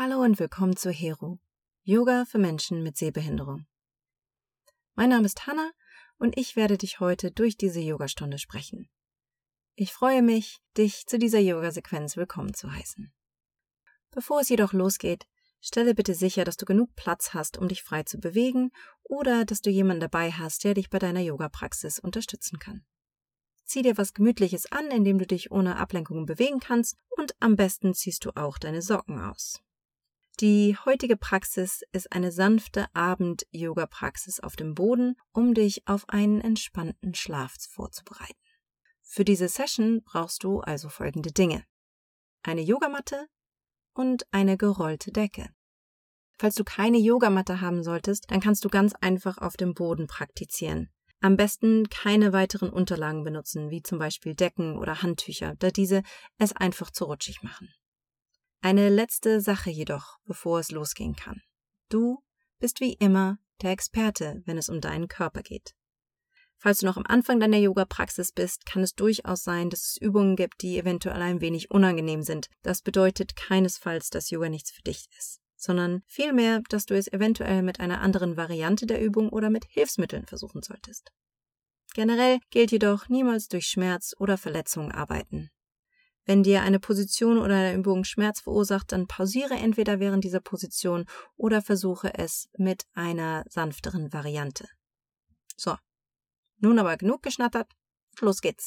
Hallo und willkommen zu Hero, Yoga für Menschen mit Sehbehinderung. Mein Name ist Hannah und ich werde dich heute durch diese Yogastunde sprechen. Ich freue mich, dich zu dieser Yoga-Sequenz willkommen zu heißen. Bevor es jedoch losgeht, stelle bitte sicher, dass du genug Platz hast, um dich frei zu bewegen oder dass du jemanden dabei hast, der dich bei deiner Yoga-Praxis unterstützen kann. Zieh dir was Gemütliches an, indem du dich ohne Ablenkungen bewegen kannst und am besten ziehst du auch deine Socken aus. Die heutige Praxis ist eine sanfte Abend-Yoga-Praxis auf dem Boden, um dich auf einen entspannten Schlaf vorzubereiten. Für diese Session brauchst du also folgende Dinge: eine Yogamatte und eine gerollte Decke. Falls du keine Yogamatte haben solltest, dann kannst du ganz einfach auf dem Boden praktizieren. Am besten keine weiteren Unterlagen benutzen, wie zum Beispiel Decken oder Handtücher, da diese es einfach zu rutschig machen. Eine letzte Sache jedoch, bevor es losgehen kann. Du bist wie immer der Experte, wenn es um deinen Körper geht. Falls du noch am Anfang deiner Yoga-Praxis bist, kann es durchaus sein, dass es Übungen gibt, die eventuell ein wenig unangenehm sind. Das bedeutet keinesfalls, dass Yoga nichts für dich ist, sondern vielmehr, dass du es eventuell mit einer anderen Variante der Übung oder mit Hilfsmitteln versuchen solltest. Generell gilt jedoch, niemals durch Schmerz oder Verletzungen arbeiten. Wenn dir eine Position oder eine Übung Schmerz verursacht, dann pausiere entweder während dieser Position oder versuche es mit einer sanfteren Variante. So, nun aber genug geschnattert, los geht's.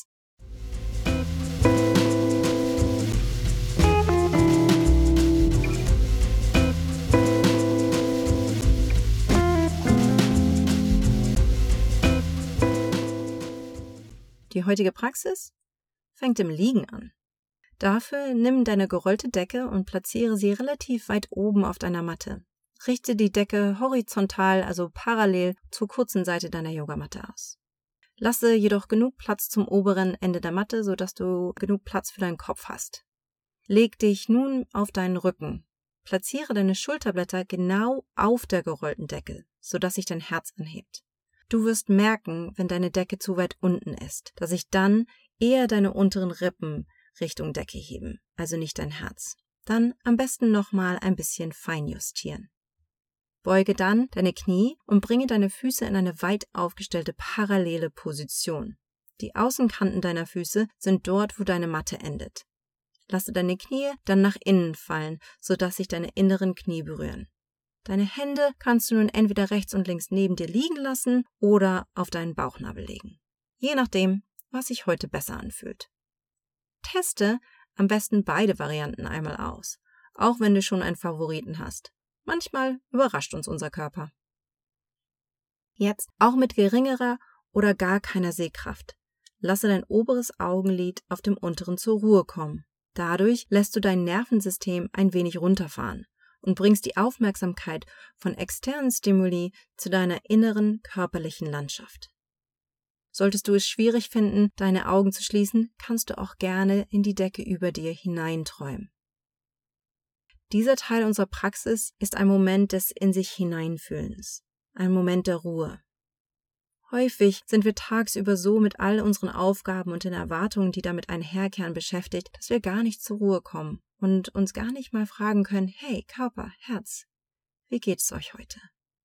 Die heutige Praxis fängt im Liegen an. Dafür nimm deine gerollte Decke und platziere sie relativ weit oben auf deiner Matte. Richte die Decke horizontal, also parallel zur kurzen Seite deiner Yogamatte aus. Lasse jedoch genug Platz zum oberen Ende der Matte, sodass du genug Platz für deinen Kopf hast. Leg dich nun auf deinen Rücken. Platziere deine Schulterblätter genau auf der gerollten Decke, sodass sich dein Herz anhebt. Du wirst merken, wenn deine Decke zu weit unten ist, dass sich dann eher deine unteren Rippen Richtung Decke heben, also nicht dein Herz. Dann am besten nochmal ein bisschen feinjustieren. Beuge dann deine Knie und bringe deine Füße in eine weit aufgestellte parallele Position. Die Außenkanten deiner Füße sind dort, wo deine Matte endet. Lasse deine Knie dann nach innen fallen, sodass sich deine inneren Knie berühren. Deine Hände kannst du nun entweder rechts und links neben dir liegen lassen oder auf deinen Bauchnabel legen. Je nachdem, was sich heute besser anfühlt. Teste am besten beide Varianten einmal aus, auch wenn du schon einen Favoriten hast. Manchmal überrascht uns unser Körper. Jetzt auch mit geringerer oder gar keiner Sehkraft. Lasse dein oberes Augenlid auf dem unteren zur Ruhe kommen. Dadurch lässt du dein Nervensystem ein wenig runterfahren und bringst die Aufmerksamkeit von externen Stimuli zu deiner inneren körperlichen Landschaft. Solltest du es schwierig finden, deine Augen zu schließen, kannst du auch gerne in die Decke über dir hineinträumen. Dieser Teil unserer Praxis ist ein Moment des in sich hineinfühlens, ein Moment der Ruhe. Häufig sind wir tagsüber so mit all unseren Aufgaben und den Erwartungen, die damit einherkehren, beschäftigt, dass wir gar nicht zur Ruhe kommen und uns gar nicht mal fragen können: Hey, Körper, Herz, wie geht's euch heute?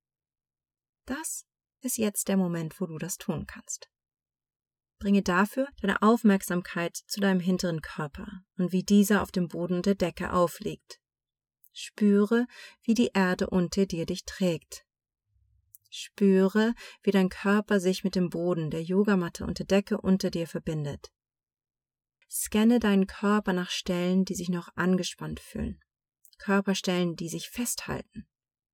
Das ist jetzt der Moment, wo du das tun kannst. Bringe dafür deine Aufmerksamkeit zu deinem hinteren Körper und wie dieser auf dem Boden der Decke aufliegt. Spüre, wie die Erde unter dir dich trägt. Spüre, wie dein Körper sich mit dem Boden, der Yogamatte und der Decke unter dir verbindet. Scanne deinen Körper nach Stellen, die sich noch angespannt fühlen. Körperstellen, die sich festhalten.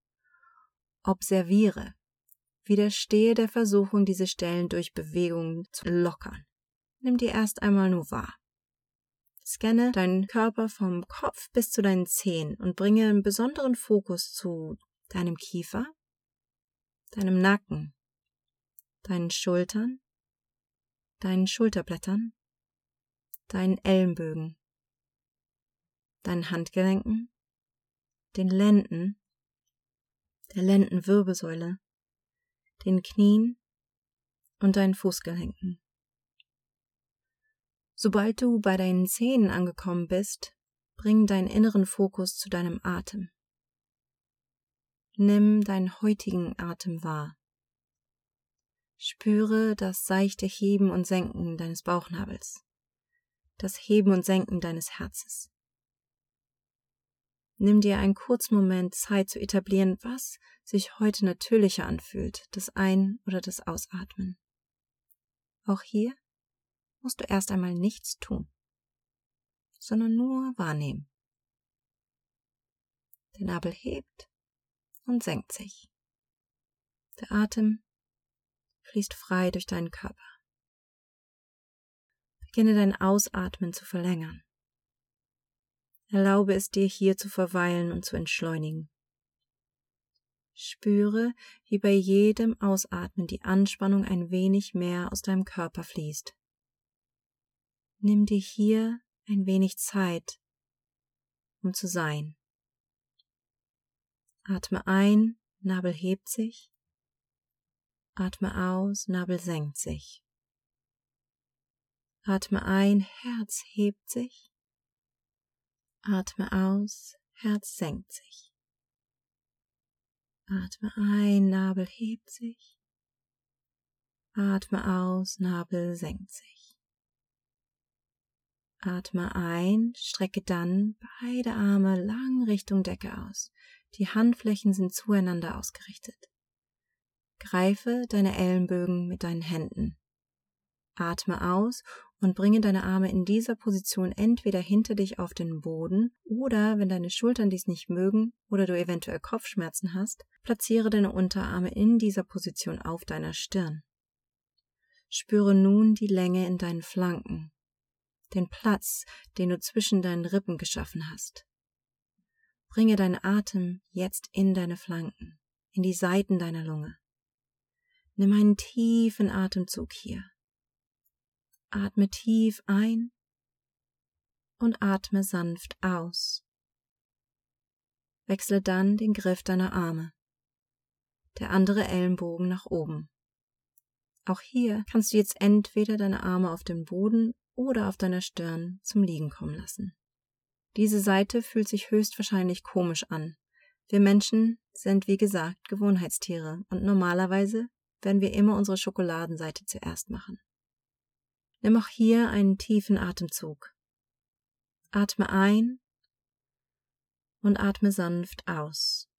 Observiere. Widerstehe der Versuchung, diese Stellen durch Bewegungen zu lockern. Nimm die erst einmal nur wahr. Scanne deinen Körper vom Kopf bis zu deinen Zehen und bringe einen besonderen Fokus zu deinem Kiefer, deinem Nacken, deinen Schultern, deinen Schulterblättern, deinen Ellenbögen, deinen Handgelenken, den Lenden, der Lendenwirbelsäule, den Knien und deinen Fußgelenken. Sobald du bei deinen Zehen angekommen bist, bring deinen inneren Fokus zu deinem Atem. Nimm deinen heutigen Atem wahr. Spüre das seichte Heben und Senken deines Bauchnabels, das Heben und Senken deines Herzens. Nimm dir einen kurzen Moment Zeit zu etablieren, was sich heute natürlicher anfühlt, das Ein- oder das Ausatmen. Auch hier musst du erst einmal nichts tun, sondern nur wahrnehmen. Der Nabel hebt und senkt sich. Der Atem fließt frei durch deinen Körper. Beginne dein Ausatmen zu verlängern. Erlaube es dir, hier zu verweilen und zu entschleunigen. Spüre, wie bei jedem Ausatmen die Anspannung ein wenig mehr aus deinem Körper fließt. Nimm dir hier ein wenig Zeit, um zu sein. Atme ein, Nabel hebt sich. Atme aus, Nabel senkt sich. Atme ein, Herz hebt sich. Atme aus, Herz senkt sich. Atme ein, Nabel hebt sich. Atme aus, Nabel senkt sich. Atme ein, strecke dann beide Arme lang Richtung Decke aus. Die Handflächen sind zueinander ausgerichtet. Greife deine Ellenbögen mit deinen Händen. Atme aus und bringe deine Arme in dieser Position entweder hinter dich auf den Boden oder, wenn deine Schultern dies nicht mögen oder du eventuell Kopfschmerzen hast, platziere deine Unterarme in dieser Position auf deiner Stirn. Spüre nun die Länge in deinen Flanken, den Platz, den du zwischen deinen Rippen geschaffen hast. Bringe deinen Atem jetzt in deine Flanken, in die Seiten deiner Lunge. Nimm einen tiefen Atemzug hier. Atme tief ein und atme sanft aus. Wechsle dann den Griff deiner Arme, der andere Ellenbogen nach oben. Auch hier kannst du jetzt entweder deine Arme auf dem Boden oder auf deiner Stirn zum Liegen kommen lassen. Diese Seite fühlt sich höchstwahrscheinlich komisch an. Wir Menschen sind, wie gesagt, Gewohnheitstiere und normalerweise werden wir immer unsere Schokoladenseite zuerst machen. Nimm auch hier einen tiefen Atemzug. Atme ein und atme sanft aus.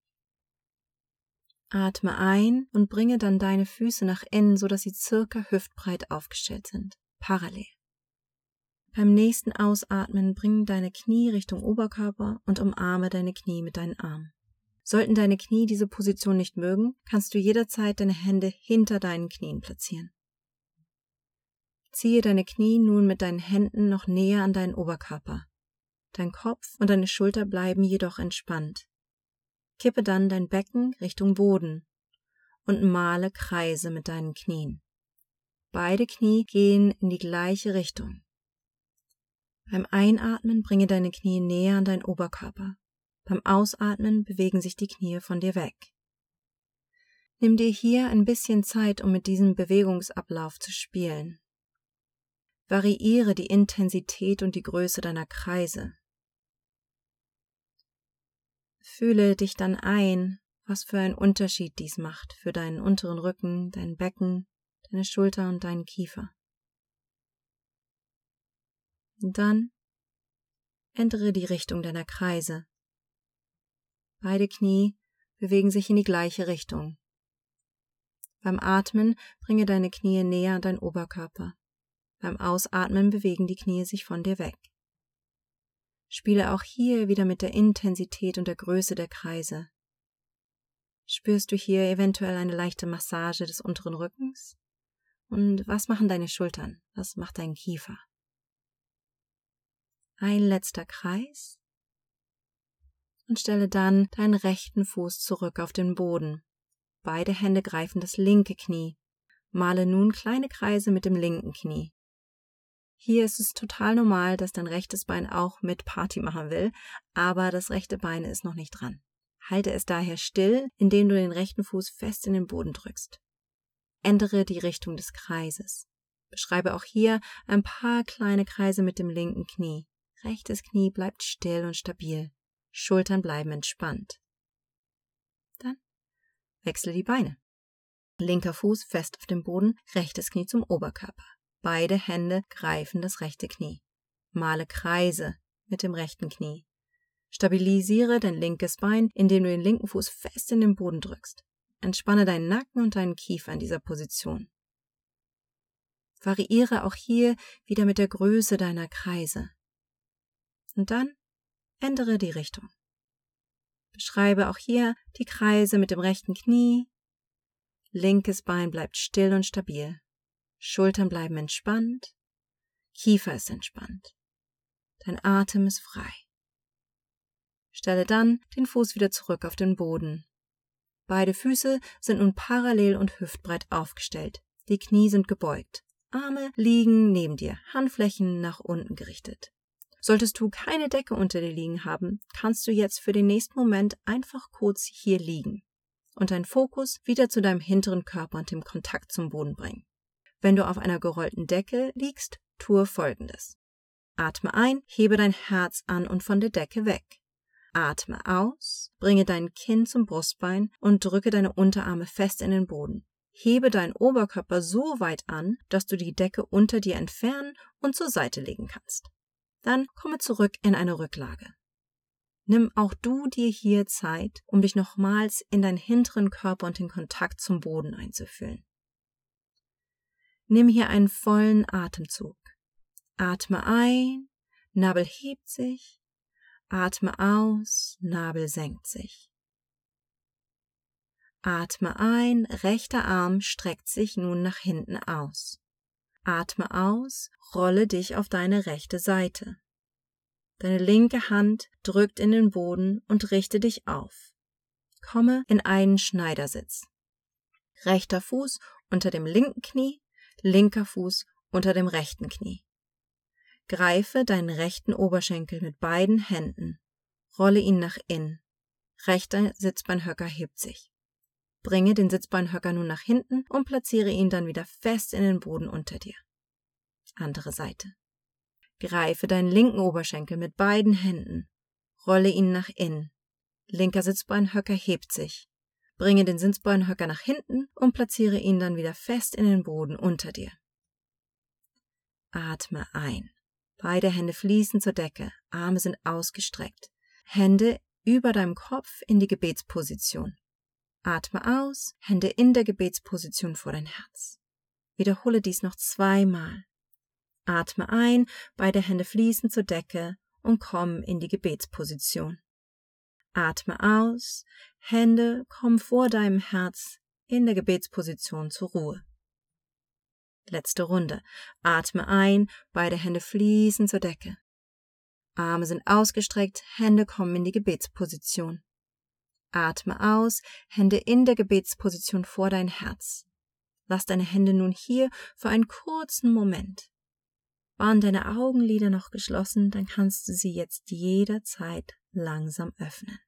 Atme ein und bringe dann deine Füße nach innen, sodass sie circa hüftbreit aufgestellt sind, parallel. Beim nächsten Ausatmen bring deine Knie Richtung Oberkörper und umarme deine Knie mit deinen Armen. Sollten deine Knie diese Position nicht mögen, kannst du jederzeit deine Hände hinter deinen Knien platzieren. Ziehe deine Knie nun mit deinen Händen noch näher an deinen Oberkörper. Dein Kopf und deine Schulter bleiben jedoch entspannt. Kippe dann dein Becken Richtung Boden und male Kreise mit deinen Knien. Beide Knie gehen in die gleiche Richtung. Beim Einatmen bringe deine Knie näher an deinen Oberkörper. Beim Ausatmen bewegen sich die Knie von dir weg. Nimm dir hier ein bisschen Zeit, um mit diesem Bewegungsablauf zu spielen. Variiere die Intensität und die Größe deiner Kreise. Fühle dich dann ein, was für einen Unterschied dies macht für deinen unteren Rücken, dein Becken, deine Schulter und deinen Kiefer. Und dann ändere die Richtung deiner Kreise. Beide Knie bewegen sich in die gleiche Richtung. Beim Atmen bringe deine Knie näher an deinen Oberkörper. Beim Ausatmen bewegen die Knie sich von dir weg. Spiele auch hier wieder mit der Intensität und der Größe der Kreise. Spürst du hier eventuell eine leichte Massage des unteren Rückens? Und was machen deine Schultern? Was macht dein Kiefer? Ein letzter Kreis. Und stelle dann deinen rechten Fuß zurück auf den Boden. Beide Hände greifen das linke Knie. Male nun kleine Kreise mit dem linken Knie. Hier ist es total normal, dass dein rechtes Bein auch mit Party machen will, aber das rechte Bein ist noch nicht dran. Halte es daher still, indem du den rechten Fuß fest in den Boden drückst. Ändere die Richtung des Kreises. Beschreibe auch hier ein paar kleine Kreise mit dem linken Knie. Rechtes Knie bleibt still und stabil. Schultern bleiben entspannt. Wechsle die Beine. Linker Fuß fest auf dem Boden, rechtes Knie zum Oberkörper. Beide Hände greifen das rechte Knie. Male Kreise mit dem rechten Knie. Stabilisiere dein linkes Bein, indem du den linken Fuß fest in den Boden drückst. Entspanne deinen Nacken und deinen Kiefer in dieser Position. Variiere auch hier wieder mit der Größe deiner Kreise. Und dann ändere die Richtung. Beschreibe auch hier die Kreise mit dem rechten Knie. Linkes Bein bleibt still und stabil. Schultern bleiben entspannt. Kiefer ist entspannt. Dein Atem ist frei. Stelle dann den Fuß wieder zurück auf den Boden. Beide Füße sind nun parallel und hüftbreit aufgestellt. Die Knie sind gebeugt. Arme liegen neben dir, Handflächen nach unten gerichtet. Solltest du keine Decke unter dir liegen haben, kannst du jetzt für den nächsten Moment einfach kurz hier liegen und deinen Fokus wieder zu deinem hinteren Körper und dem Kontakt zum Boden bringen. Wenn du auf einer gerollten Decke liegst, tue Folgendes. Atme ein, hebe dein Herz an und von der Decke weg. Atme aus, bringe dein Kinn zum Brustbein und drücke deine Unterarme fest in den Boden. Hebe deinen Oberkörper so weit an, dass du die Decke unter dir entfernen und zur Seite legen kannst. Dann komme zurück in eine Rücklage. Nimm auch du dir hier Zeit, um dich nochmals in deinen hinteren Körper und den Kontakt zum Boden einzufühlen. Nimm hier einen vollen Atemzug. Atme ein, Nabel hebt sich. Atme aus, Nabel senkt sich. Atme ein, rechter Arm streckt sich nun nach hinten aus. Atme aus, rolle dich auf deine rechte Seite. Deine linke Hand drückt in den Boden und richte dich auf. Komme in einen Schneidersitz. Rechter Fuß unter dem linken Knie, linker Fuß unter dem rechten Knie. Greife deinen rechten Oberschenkel mit beiden Händen. Rolle ihn nach innen. Rechter Sitzbeinhöcker hebt sich. Bringe den Sitzbeinhöcker nun nach hinten und platziere ihn dann wieder fest in den Boden unter dir. Andere Seite. Greife deinen linken Oberschenkel mit beiden Händen. Rolle ihn nach innen. Linker Sitzbeinhöcker hebt sich. Bringe den Sitzbeinhöcker nach hinten und platziere ihn dann wieder fest in den Boden unter dir. Atme ein. Beide Hände fließen zur Decke, Arme sind ausgestreckt. Hände über deinem Kopf in die Gebetsposition. Atme aus, Hände in der Gebetsposition vor dein Herz. Wiederhole dies noch 2-mal. Atme ein, beide Hände fließen zur Decke und komm in die Gebetsposition. Atme aus, Hände kommen vor deinem Herz in der Gebetsposition zur Ruhe. Letzte Runde. Atme ein, beide Hände fließen zur Decke. Arme sind ausgestreckt, Hände kommen in die Gebetsposition. Atme aus, Hände in der Gebetsposition vor dein Herz. Lass deine Hände nun hier für einen kurzen Moment. Waren deine Augenlider noch geschlossen, dann kannst du sie jetzt jederzeit langsam öffnen.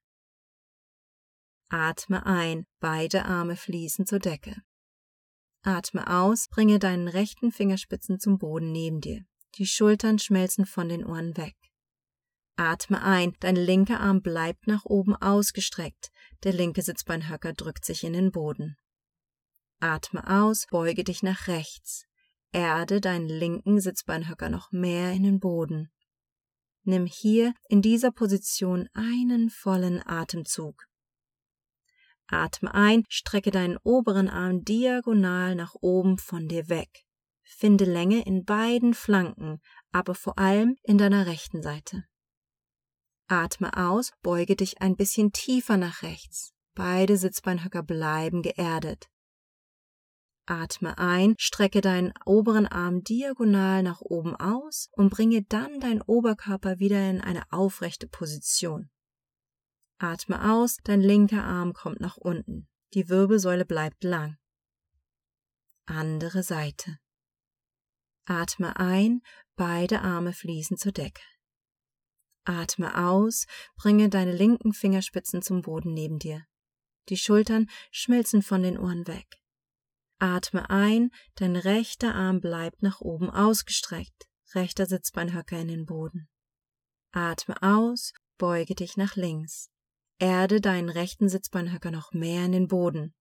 Atme ein, beide Arme fließen zur Decke. Atme aus, bringe deinen rechten Fingerspitzen zum Boden neben dir. Die Schultern schmelzen von den Ohren weg. Atme ein, dein linker Arm bleibt nach oben ausgestreckt. Der linke Sitzbeinhöcker drückt sich in den Boden. Atme aus, beuge dich nach rechts. Erde deinen linken Sitzbeinhöcker noch mehr in den Boden. Nimm hier in dieser Position einen vollen Atemzug. Atme ein, strecke deinen oberen Arm diagonal nach oben von dir weg. Finde Länge in beiden Flanken, aber vor allem in deiner rechten Seite. Atme aus, beuge dich ein bisschen tiefer nach rechts. Beide Sitzbeinhöcker bleiben geerdet. Atme ein, strecke deinen oberen Arm diagonal nach oben aus und bringe dann deinen Oberkörper wieder in eine aufrechte Position. Atme aus, dein linker Arm kommt nach unten. Die Wirbelsäule bleibt lang. Andere Seite. Atme ein, beide Arme fließen zur Decke. Atme aus, bringe deine linken Fingerspitzen zum Boden neben dir. Die Schultern schmelzen von den Ohren weg. Atme ein, dein rechter Arm bleibt nach oben ausgestreckt. Rechter Sitzbeinhöcker in den Boden. Atme aus, beuge dich nach links. Erde deinen rechten Sitzbeinhöcker noch mehr in den Boden.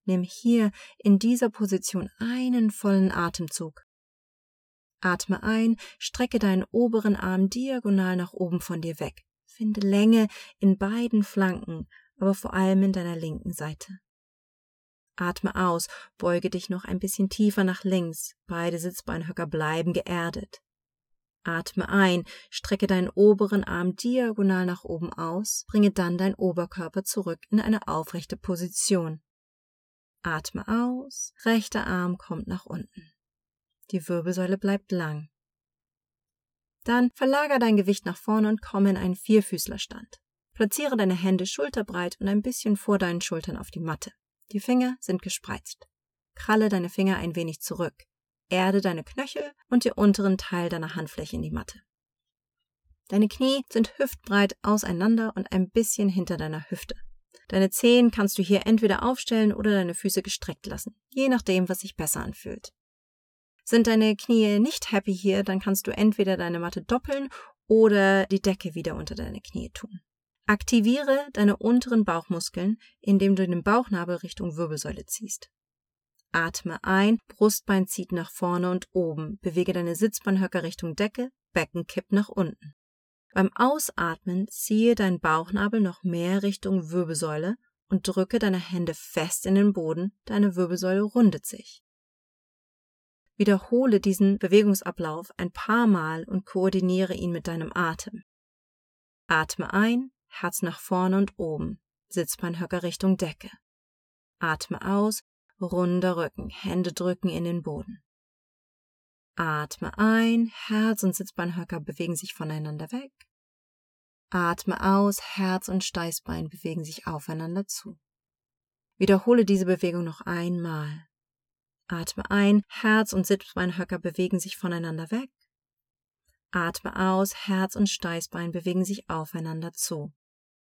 Nimm hier in dieser Position einen vollen Atemzug. Atme ein, strecke deinen oberen Arm diagonal nach oben von dir weg. Finde Länge in beiden Flanken, aber vor allem in deiner linken Seite. Atme aus, beuge dich noch ein bisschen tiefer nach links. Beide Sitzbeinhöcker bleiben geerdet. Atme ein, strecke deinen oberen Arm diagonal nach oben aus, bringe dann deinen Oberkörper zurück in eine aufrechte Position. Atme aus, rechter Arm kommt nach unten. Die Wirbelsäule bleibt lang. Dann verlagere dein Gewicht nach vorne und komme in einen Vierfüßlerstand. Platziere deine Hände schulterbreit und ein bisschen vor deinen Schultern auf die Matte. Die Finger sind gespreizt. Kralle deine Finger ein wenig zurück. Erde deine Knöchel und den unteren Teil deiner Handfläche in die Matte. Deine Knie sind hüftbreit auseinander und ein bisschen hinter deiner Hüfte. Deine Zehen kannst du hier entweder aufstellen oder deine Füße gestreckt lassen, je nachdem, was sich besser anfühlt. Sind deine Knie nicht happy hier, dann kannst du entweder deine Matte doppeln oder die Decke wieder unter deine Knie tun. Aktiviere deine unteren Bauchmuskeln, indem du den Bauchnabel Richtung Wirbelsäule ziehst. Atme ein, Brustbein zieht nach vorne und oben, bewege deine Sitzbeinhöcker Richtung Decke, Becken kippt nach unten. Beim Ausatmen ziehe deinen Bauchnabel noch mehr Richtung Wirbelsäule und drücke deine Hände fest in den Boden, deine Wirbelsäule rundet sich. Wiederhole diesen Bewegungsablauf ein paar Mal und koordiniere ihn mit deinem Atem. Atme ein, Herz nach vorne und oben, Sitzbeinhöcker Richtung Decke. Atme aus, runder Rücken, Hände drücken in den Boden. Atme ein, Herz und Sitzbeinhöcker bewegen sich voneinander weg. Atme aus, Herz und Steißbein bewegen sich aufeinander zu. Wiederhole diese Bewegung noch einmal. Atme ein, Herz und Sitzbeinhöcker bewegen sich voneinander weg. Atme aus, Herz und Steißbein bewegen sich aufeinander zu.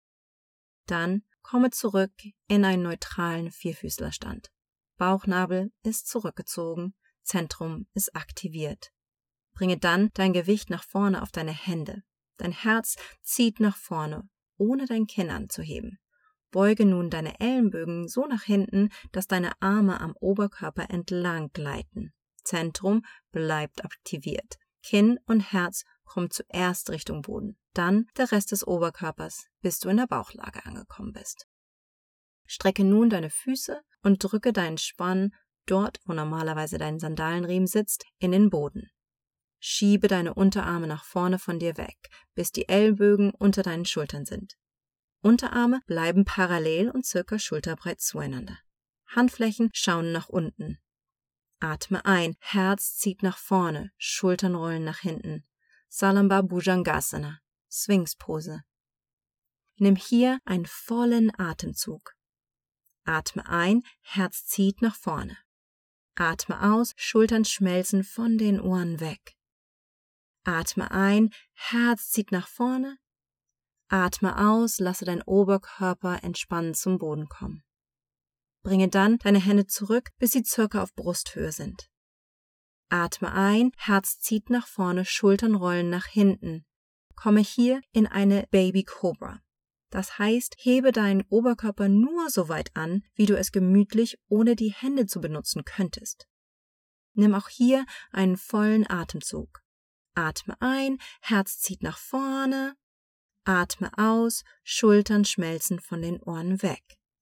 Dann komme zurück in einen neutralen Vierfüßlerstand. Bauchnabel ist zurückgezogen, Zentrum ist aktiviert. Bringe dann dein Gewicht nach vorne auf deine Hände. Dein Herz zieht nach vorne, ohne dein Kinn anzuheben. Beuge nun deine Ellenbögen so nach hinten, dass deine Arme am Oberkörper entlang gleiten. Zentrum bleibt aktiviert. Kinn und Herz kommen zuerst Richtung Boden, dann der Rest des Oberkörpers, bis du in der Bauchlage angekommen bist. Strecke nun deine Füße und drücke deinen Spann dort, wo normalerweise dein Sandalenriemen sitzt, in den Boden. Schiebe deine Unterarme nach vorne von dir weg, bis die Ellbogen unter deinen Schultern sind. Unterarme bleiben parallel und circa schulterbreit zueinander. Handflächen schauen nach unten. Atme ein, Herz zieht nach vorne, Schultern rollen nach hinten. Salamba Bhujangasana, Sphinx-Pose. Nimm hier einen vollen Atemzug. Atme ein, Herz zieht nach vorne. Atme aus, Schultern schmelzen von den Ohren weg. Atme ein, Herz zieht nach vorne. Atme aus, lasse deinen Oberkörper entspannt zum Boden kommen. Bringe dann deine Hände zurück, bis sie circa auf Brusthöhe sind. Atme ein, Herz zieht nach vorne, Schultern rollen nach hinten. Komme hier in eine Baby Cobra. Das heißt, hebe deinen Oberkörper nur so weit an, wie du es gemütlich ohne die Hände zu benutzen könntest. Nimm auch hier einen vollen Atemzug. Atme ein, Herz zieht nach vorne. Atme aus, Schultern schmelzen von den Ohren weg.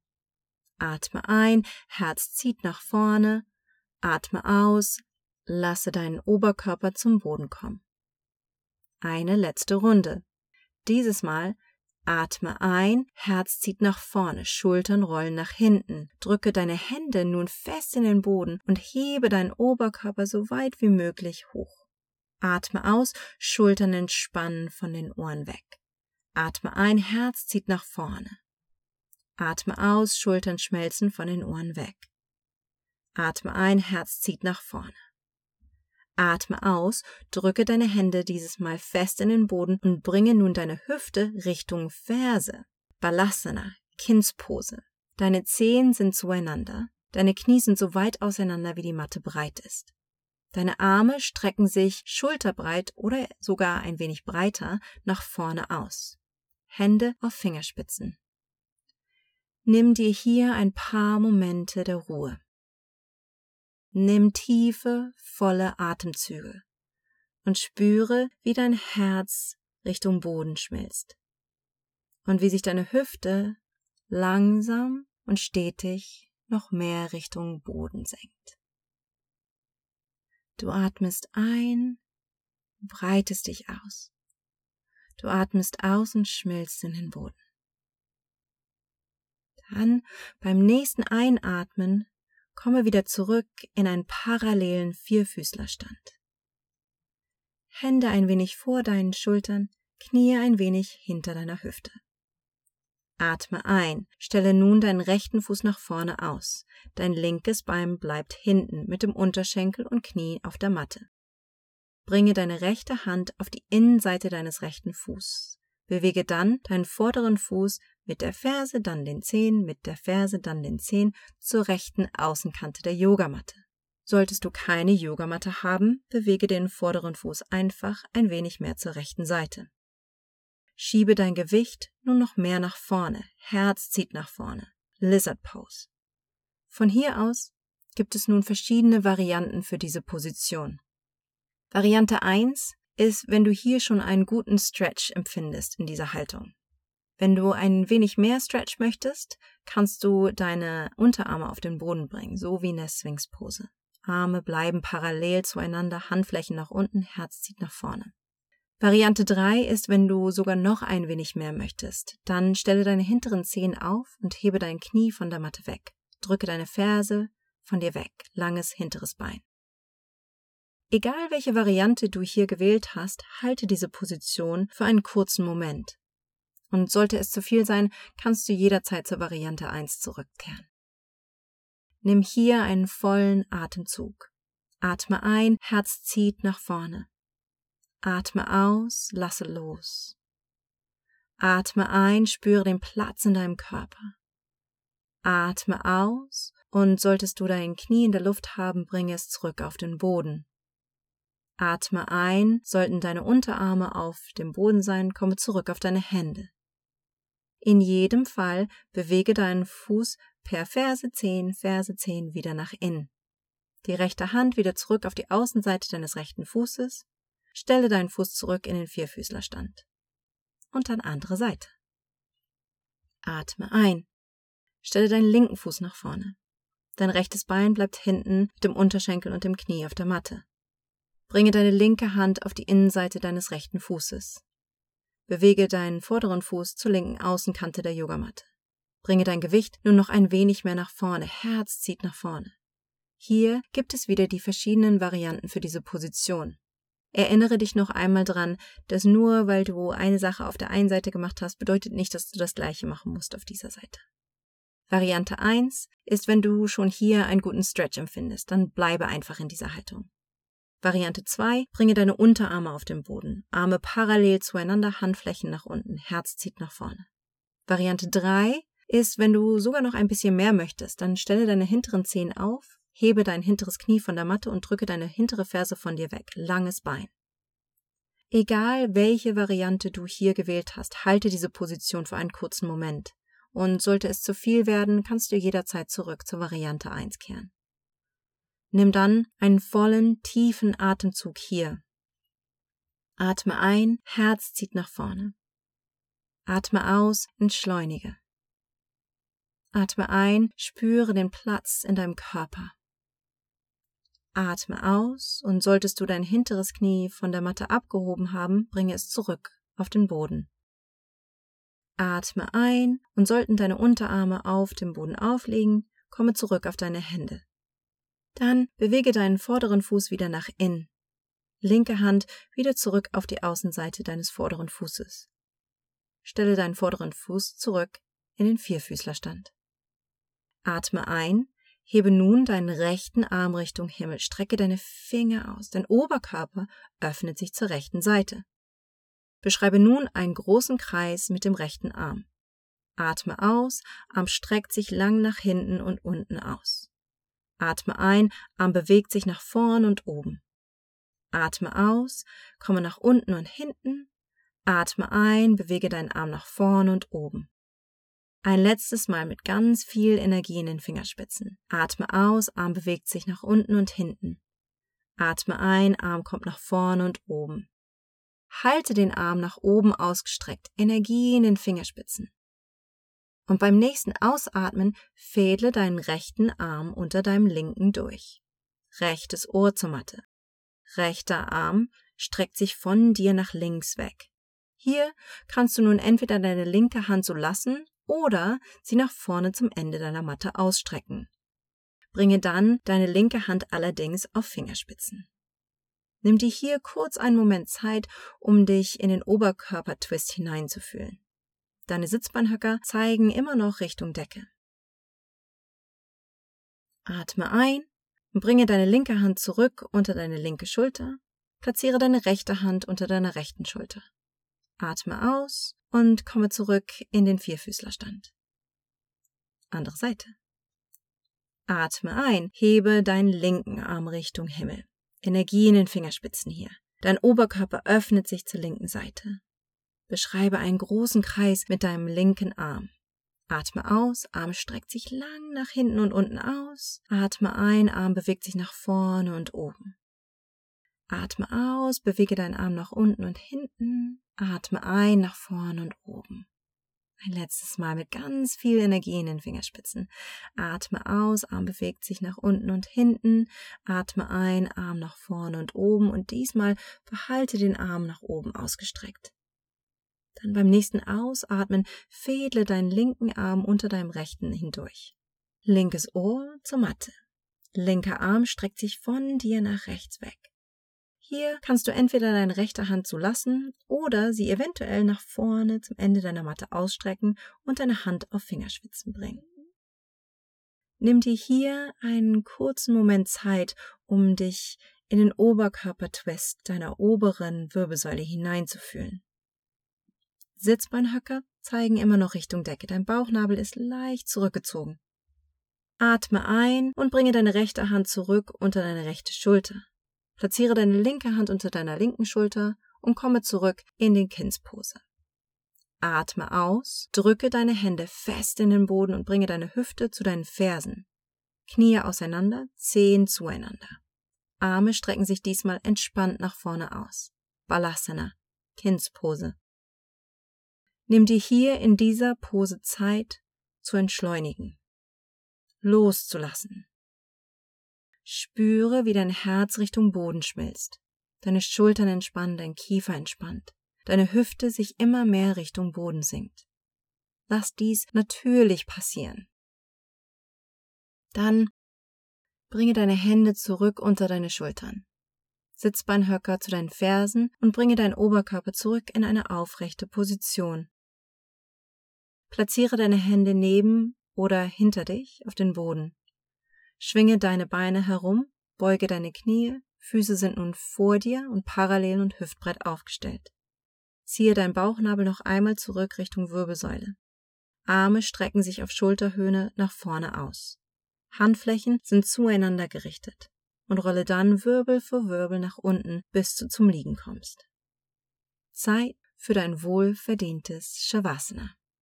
Atme ein, Herz zieht nach vorne. Atme aus, lasse deinen Oberkörper zum Boden kommen. Eine letzte Runde. Dieses Mal atme ein, Herz zieht nach vorne, Schultern rollen nach hinten. Drücke deine Hände nun fest in den Boden und hebe deinen Oberkörper so weit wie möglich hoch. Atme aus, Schultern entspannen von den Ohren weg. Atme ein, Herz zieht nach vorne. Atme aus, Schultern schmelzen von den Ohren weg. Atme ein, Herz zieht nach vorne. Atme aus, drücke deine Hände dieses Mal fest in den Boden und bringe nun deine Hüfte Richtung Ferse. Balasana, Kindspose. Deine Zehen sind zueinander, deine Knie sind so weit auseinander, wie die Matte breit ist. Deine Arme strecken sich schulterbreit oder sogar ein wenig breiter nach vorne aus. Hände auf Fingerspitzen. Nimm dir hier ein paar Momente der Ruhe. Nimm tiefe, volle Atemzüge und spüre, wie dein Herz Richtung Boden schmilzt und wie sich deine Hüfte langsam und stetig noch mehr Richtung Boden senkt. Du atmest ein, breitest dich aus. Du atmest aus und schmilzt in den Boden. Dann beim nächsten Einatmen komme wieder zurück in einen parallelen Vierfüßlerstand. Hände ein wenig vor deinen Schultern, Knie ein wenig hinter deiner Hüfte. Atme ein, stelle nun deinen rechten Fuß nach vorne aus. Dein linkes Bein bleibt hinten mit dem Unterschenkel und Knie auf der Matte. Bringe deine rechte Hand auf die Innenseite deines rechten Fußes. Bewege dann deinen vorderen Fuß mit der Ferse, dann den Zehen, mit der Ferse, dann den Zehen zur rechten Außenkante der Yogamatte. Solltest du keine Yogamatte haben, bewege den vorderen Fuß einfach ein wenig mehr zur rechten Seite. Schiebe dein Gewicht nun noch mehr nach vorne, Herz zieht nach vorne, Lizard Pose. Von hier aus gibt es nun verschiedene Varianten für diese Position. Variante 1 ist, wenn du hier schon einen guten Stretch empfindest in dieser Haltung. Wenn du ein wenig mehr Stretch möchtest, kannst du deine Unterarme auf den Boden bringen, so wie in der Sphinx-Pose. Arme bleiben parallel zueinander, Handflächen nach unten, Herz zieht nach vorne. Variante 3 ist, wenn du sogar noch ein wenig mehr möchtest. Dann stelle deine hinteren Zehen auf und hebe dein Knie von der Matte weg. Drücke deine Ferse von dir weg, langes hinteres Bein. Egal welche Variante du hier gewählt hast, halte diese Position für einen kurzen Moment. Und sollte es zu viel sein, kannst du jederzeit zur Variante 1 zurückkehren. Nimm hier einen vollen Atemzug. Atme ein, Herz zieht nach vorne. Atme aus, lasse los. Atme ein, spüre den Platz in deinem Körper. Atme aus und solltest du dein Knie in der Luft haben, bringe es zurück auf den Boden. Atme ein, sollten deine Unterarme auf dem Boden sein, komme zurück auf deine Hände. In jedem Fall bewege deinen Fuß per Ferse, Zehen wieder nach innen. Die rechte Hand wieder zurück auf die Außenseite deines rechten Fußes. Stelle deinen Fuß zurück in den Vierfüßlerstand. Und dann andere Seite. Atme ein. Stelle deinen linken Fuß nach vorne. Dein rechtes Bein bleibt hinten mit dem Unterschenkel und dem Knie auf der Matte. Bringe deine linke Hand auf die Innenseite deines rechten Fußes. Bewege deinen vorderen Fuß zur linken Außenkante der Yogamatte. Bringe dein Gewicht nun noch ein wenig mehr nach vorne. Herz zieht nach vorne. Hier gibt es wieder die verschiedenen Varianten für diese Position. Erinnere dich noch einmal dran, dass nur weil du eine Sache auf der einen Seite gemacht hast, bedeutet nicht, dass du das gleiche machen musst auf dieser Seite. Variante 1 ist, wenn du schon hier einen guten Stretch empfindest, dann bleibe einfach in dieser Haltung. Variante 2, bringe deine Unterarme auf den Boden, Arme parallel zueinander, Handflächen nach unten, Herz zieht nach vorne. Variante 3 ist, wenn du sogar noch ein bisschen mehr möchtest, dann stelle deine hinteren Zehen auf, hebe dein hinteres Knie von der Matte und drücke deine hintere Ferse von dir weg, langes Bein. Egal welche Variante du hier gewählt hast, halte diese Position für einen kurzen Moment. Und sollte es zu viel werden, kannst du jederzeit zurück zur Variante 1 kehren. Nimm dann einen vollen, tiefen Atemzug hier. Atme ein, Herz zieht nach vorne. Atme aus, entschleunige. Atme ein, spüre den Platz in deinem Körper. Atme aus und solltest du dein hinteres Knie von der Matte abgehoben haben, bringe es zurück auf den Boden. Atme ein und sollten deine Unterarme auf dem Boden aufliegen, komme zurück auf deine Hände. Dann bewege deinen vorderen Fuß wieder nach innen. Linke Hand wieder zurück auf die Außenseite deines vorderen Fußes. Stelle deinen vorderen Fuß zurück in den Vierfüßlerstand. Atme ein, hebe nun deinen rechten Arm Richtung Himmel, strecke deine Finger aus, dein Oberkörper öffnet sich zur rechten Seite. Beschreibe nun einen großen Kreis mit dem rechten Arm. Atme aus, Arm streckt sich lang nach hinten und unten aus. Atme ein, Arm bewegt sich nach vorn und oben. Atme aus, komme nach unten und hinten. Atme ein, bewege deinen Arm nach vorn und oben. Ein letztes Mal mit ganz viel Energie in den Fingerspitzen. Atme aus, Arm bewegt sich nach unten und hinten. Atme ein, Arm kommt nach vorne und oben. Halte den Arm nach oben ausgestreckt, Energie in den Fingerspitzen. Und beim nächsten Ausatmen fädle deinen rechten Arm unter deinem linken durch. Rechtes Ohr zur Matte. Rechter Arm streckt sich von dir nach links weg. Hier kannst du nun entweder deine linke Hand so lassen oder sie nach vorne zum Ende deiner Matte ausstrecken. Bringe dann deine linke Hand allerdings auf Fingerspitzen. Nimm dir hier kurz einen Moment Zeit, um dich in den Oberkörpertwist hineinzufühlen. Deine Sitzbeinhöcker zeigen immer noch Richtung Decke. Atme ein und bringe deine linke Hand zurück unter deine linke Schulter. Platziere deine rechte Hand unter deiner rechten Schulter. Atme aus und komme zurück in den Vierfüßlerstand. Andere Seite. Atme ein, hebe deinen linken Arm Richtung Himmel. Energie in den Fingerspitzen hier. Dein Oberkörper öffnet sich zur linken Seite. Beschreibe einen großen Kreis mit deinem linken Arm. Atme aus, Arm streckt sich lang nach hinten und unten aus. Atme ein, Arm bewegt sich nach vorne und oben. Atme aus, bewege deinen Arm nach unten und hinten. Atme ein, nach vorne und oben. Ein letztes Mal mit ganz viel Energie in den Fingerspitzen. Atme aus, Arm bewegt sich nach unten und hinten. Atme ein, Arm nach vorne und oben und diesmal behalte den Arm nach oben ausgestreckt. Dann beim nächsten Ausatmen fädle deinen linken Arm unter deinem rechten hindurch. Linkes Ohr zur Matte. Linker Arm streckt sich von dir nach rechts weg. Hier kannst du entweder deine rechte Hand so lassen oder sie eventuell nach vorne zum Ende deiner Matte ausstrecken und deine Hand auf Fingerspitzen bringen. Nimm dir hier einen kurzen Moment Zeit, um dich in den Oberkörpertwist deiner oberen Wirbelsäule hineinzufühlen. Sitzbeinhöcker zeigen immer noch Richtung Decke. Dein Bauchnabel ist leicht zurückgezogen. Atme ein und bringe deine rechte Hand zurück unter deine rechte Schulter. Platziere deine linke Hand unter deiner linken Schulter und komme zurück in die Kindspose. Atme aus, drücke deine Hände fest in den Boden und bringe deine Hüfte zu deinen Fersen. Knie auseinander, Zehen zueinander. Arme strecken sich diesmal entspannt nach vorne aus. Balasana, Kindspose. Nimm dir hier in dieser Pose Zeit zu entschleunigen, loszulassen. Spüre, wie dein Herz Richtung Boden schmilzt. Deine Schultern entspannen, dein Kiefer entspannt. Deine Hüfte sich immer mehr Richtung Boden sinkt. Lass dies natürlich passieren. Dann bringe deine Hände zurück unter deine Schultern. Sitzbeinhöcker zu deinen Fersen und bringe deinen Oberkörper zurück in eine aufrechte Position. Platziere deine Hände neben oder hinter dich auf den Boden. Schwinge deine Beine herum, beuge deine Knie, Füße sind nun vor dir und parallel und hüftbreit aufgestellt. Ziehe deinen Bauchnabel noch einmal zurück Richtung Wirbelsäule. Arme strecken sich auf Schulterhöhe nach vorne aus. Handflächen sind zueinander gerichtet und rolle dann Wirbel für Wirbel nach unten, bis du zum Liegen kommst. Zeit für dein wohlverdientes Shavasana.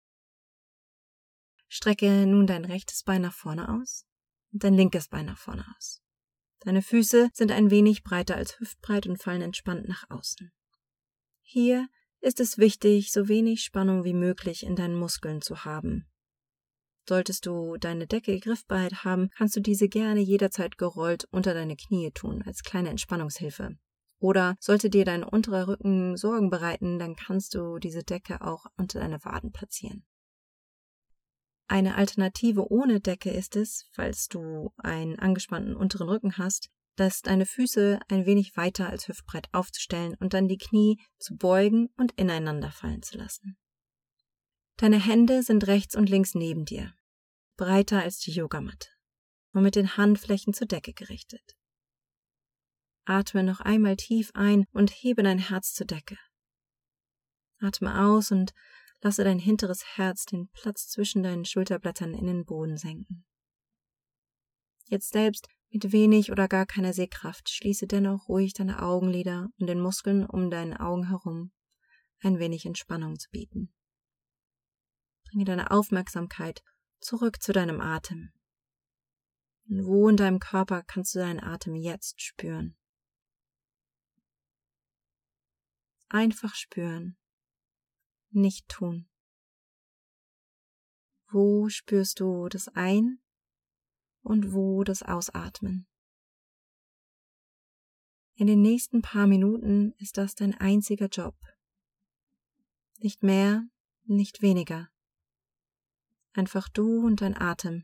Strecke nun dein rechtes Bein nach vorne aus und dein linkes Bein nach vorne aus. Deine Füße sind ein wenig breiter als hüftbreit und fallen entspannt nach außen. Hier ist es wichtig, so wenig Spannung wie möglich in deinen Muskeln zu haben. Solltest du deine Decke griffbereit haben, kannst du diese gerne jederzeit gerollt unter deine Knie tun, als kleine Entspannungshilfe. Oder sollte dir dein unterer Rücken Sorgen bereiten, dann kannst du diese Decke auch unter deine Waden platzieren. Eine Alternative ohne Decke ist es, falls du einen angespannten unteren Rücken hast, dass deine Füße ein wenig weiter als hüftbreit aufzustellen und dann die Knie zu beugen und ineinander fallen zu lassen. Deine Hände sind rechts und links neben dir, breiter als die Yogamatte und mit den Handflächen zur Decke gerichtet. Atme noch einmal tief ein und hebe dein Herz zur Decke. Atme aus und lasse dein hinteres Herz den Platz zwischen deinen Schulterblättern in den Boden senken. Jetzt selbst mit wenig oder gar keiner Sehkraft schließe dennoch ruhig deine Augenlider, um den Muskeln um deine Augen herum ein wenig Entspannung zu bieten. Bringe deine Aufmerksamkeit zurück zu deinem Atem. Und wo in deinem Körper kannst du deinen Atem jetzt spüren? Einfach spüren, nicht tun. Wo spürst du das Ein- und wo das Ausatmen? In den nächsten paar Minuten ist das dein einziger Job. Nicht mehr, nicht weniger. Einfach du und dein Atem.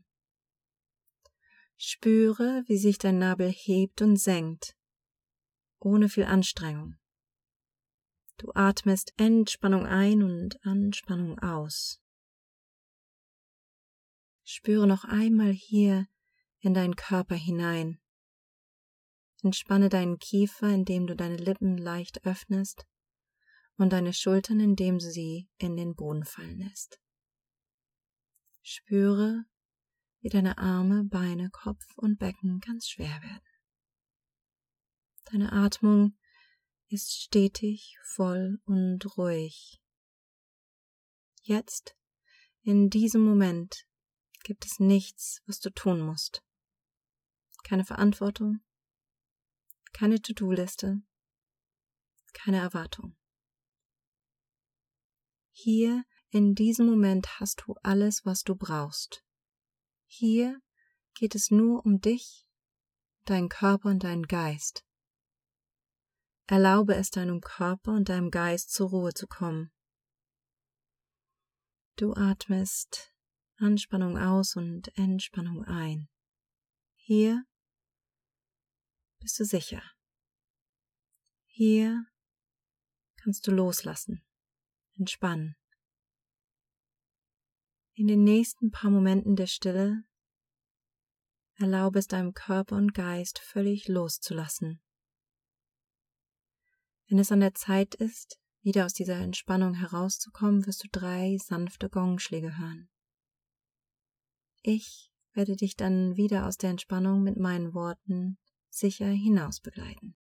Spüre, wie sich dein Nabel hebt und senkt, ohne viel Anstrengung. Du atmest Entspannung ein und Anspannung aus. Spüre noch einmal hier in deinen Körper hinein. Entspanne deinen Kiefer, indem du deine Lippen leicht öffnest und deine Schultern, indem du sie in den Boden fallen lässt. Spüre, wie deine Arme, Beine, Kopf und Becken ganz schwer werden. Deine Atmung ist stetig, voll und ruhig. Jetzt, in diesem Moment, gibt es nichts, was du tun musst. Keine Verantwortung, keine To-Do-Liste, keine Erwartung. Hier, in diesem Moment, hast du alles, was du brauchst. Hier geht es nur um dich, deinen Körper und deinen Geist. Erlaube es deinem Körper und deinem Geist zur Ruhe zu kommen. Du atmest Anspannung aus und Entspannung ein. Hier bist du sicher. Hier kannst du loslassen, entspannen. In den nächsten paar Momenten der Stille erlaube es deinem Körper und Geist völlig loszulassen. Wenn es an der Zeit ist, wieder aus dieser Entspannung herauszukommen, wirst du 3 sanfte Gongschläge hören. Ich werde dich dann wieder aus der Entspannung mit meinen Worten sicher hinaus begleiten.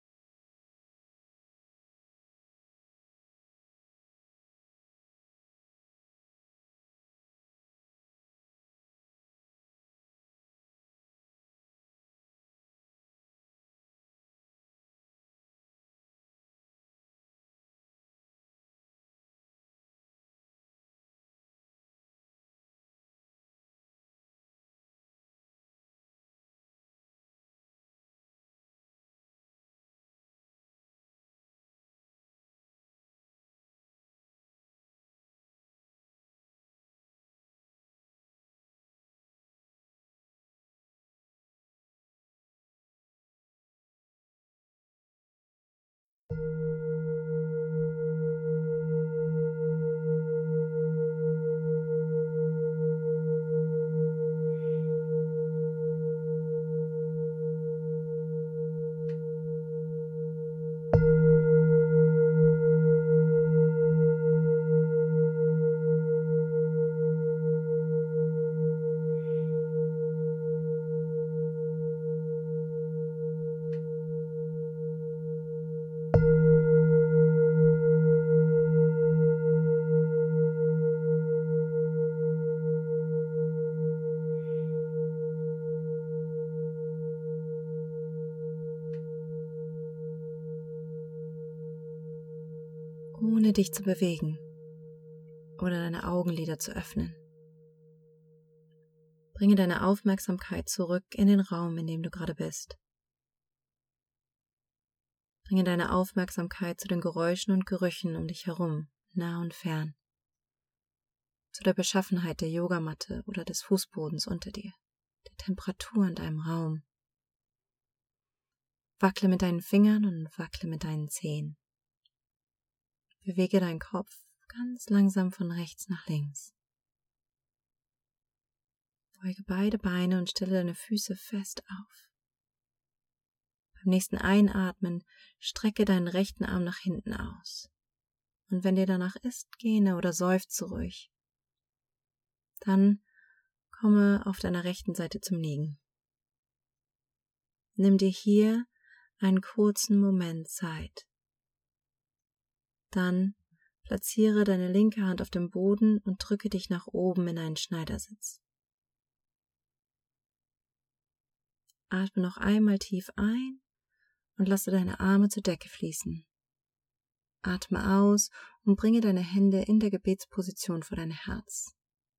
Ohne dich zu bewegen oder deine Augenlider zu öffnen. Bringe deine Aufmerksamkeit zurück in den Raum, in dem du gerade bist. Bringe deine Aufmerksamkeit zu den Geräuschen und Gerüchen um dich herum, nah und fern. Zu der Beschaffenheit der Yogamatte oder des Fußbodens unter dir, der Temperatur in deinem Raum. Wackle mit deinen Fingern und wackle mit deinen Zehen. Bewege deinen Kopf ganz langsam von rechts nach links. Beuge beide Beine und stelle deine Füße fest auf. Beim nächsten Einatmen strecke deinen rechten Arm nach hinten aus. Und wenn dir danach ist, gähne oder seufze ruhig. Dann komme auf deiner rechten Seite zum Liegen. Nimm dir hier einen kurzen Moment Zeit. Dann Platziere deine linke Hand auf dem Boden und drücke dich nach oben in einen Schneidersitz. Atme noch einmal tief ein und lasse deine Arme zur Decke fließen. Atme aus und bringe deine Hände in der Gebetsposition vor dein Herz.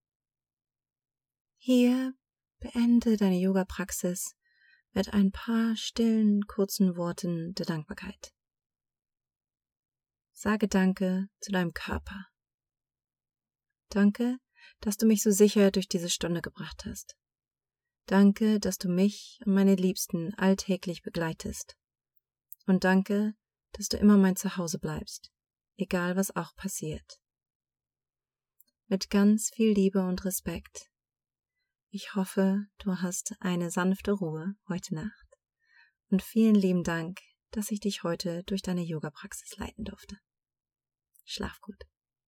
Hier beende deine Yoga-Praxis mit ein paar stillen, kurzen Worten der Dankbarkeit. Sage Danke zu deinem Körper. Danke, dass du mich so sicher durch diese Stunde gebracht hast. Danke, dass du mich und meine Liebsten alltäglich begleitest. Und danke, dass du immer mein Zuhause bleibst, egal was auch passiert. Mit ganz viel Liebe und Respekt. Ich hoffe, du hast eine sanfte Ruhe heute Nacht. Und vielen lieben Dank, dass ich dich heute durch deine Yoga-Praxis leiten durfte. Schlaf gut.